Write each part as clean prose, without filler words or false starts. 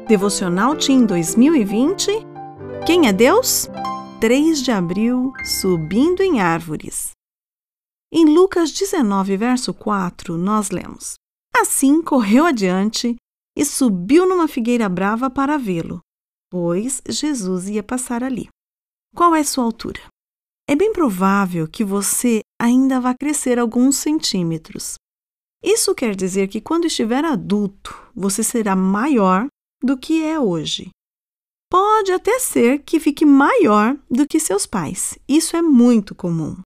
Devocional Team 2020. Quem é Deus? 3 de abril, subindo em árvores. Em Lucas 19, verso 4, nós lemos: Assim correu adiante e subiu numa figueira brava para vê-lo, pois Jesus ia passar ali. Qual é sua altura? É bem provável que você ainda vá crescer alguns centímetros. Isso quer dizer que quando estiver adulto, você será maior do que é hoje. Pode até ser que fique maior do que seus pais. Isso é muito comum.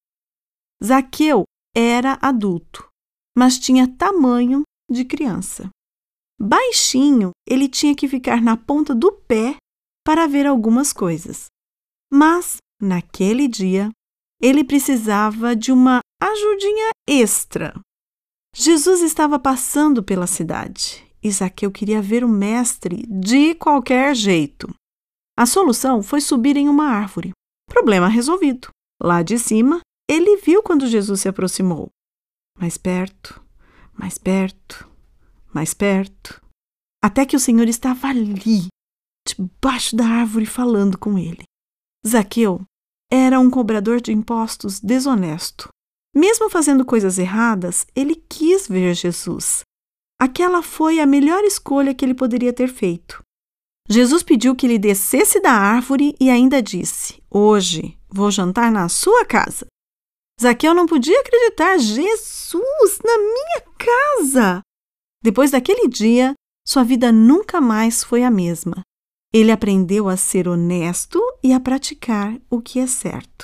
Zaqueu era adulto, mas tinha tamanho de criança. Baixinho, ele tinha que ficar na ponta do pé para ver algumas coisas. Mas, naquele dia, ele precisava de uma ajudinha extra. Jesus estava passando pela cidade e Zaqueu queria ver o mestre de qualquer jeito. A solução foi subir em uma árvore. Problema resolvido. Lá de cima, ele viu quando Jesus se aproximou. Mais perto, mais perto, mais perto. Até que o Senhor estava ali, debaixo da árvore, falando com ele. Zaqueu era um cobrador de impostos desonesto. Mesmo fazendo coisas erradas, ele quis ver Jesus. Aquela foi a melhor escolha que ele poderia ter feito. Jesus pediu que ele descesse da árvore e ainda disse: Hoje vou jantar na sua casa. Zaqueu não podia acreditar. Jesus, na minha casa! Depois daquele dia, sua vida nunca mais foi a mesma. Ele aprendeu a ser honesto e a praticar o que é certo.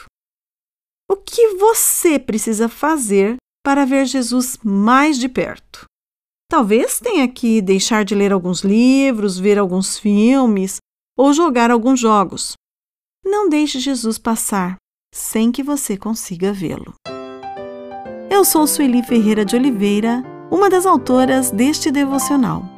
O que você precisa fazer para ver Jesus mais de perto? Talvez tenha que deixar de ler alguns livros, ver alguns filmes ou jogar alguns jogos. Não deixe Jesus passar sem que você consiga vê-lo. Eu sou Sueli Ferreira de Oliveira, uma das autoras deste devocional.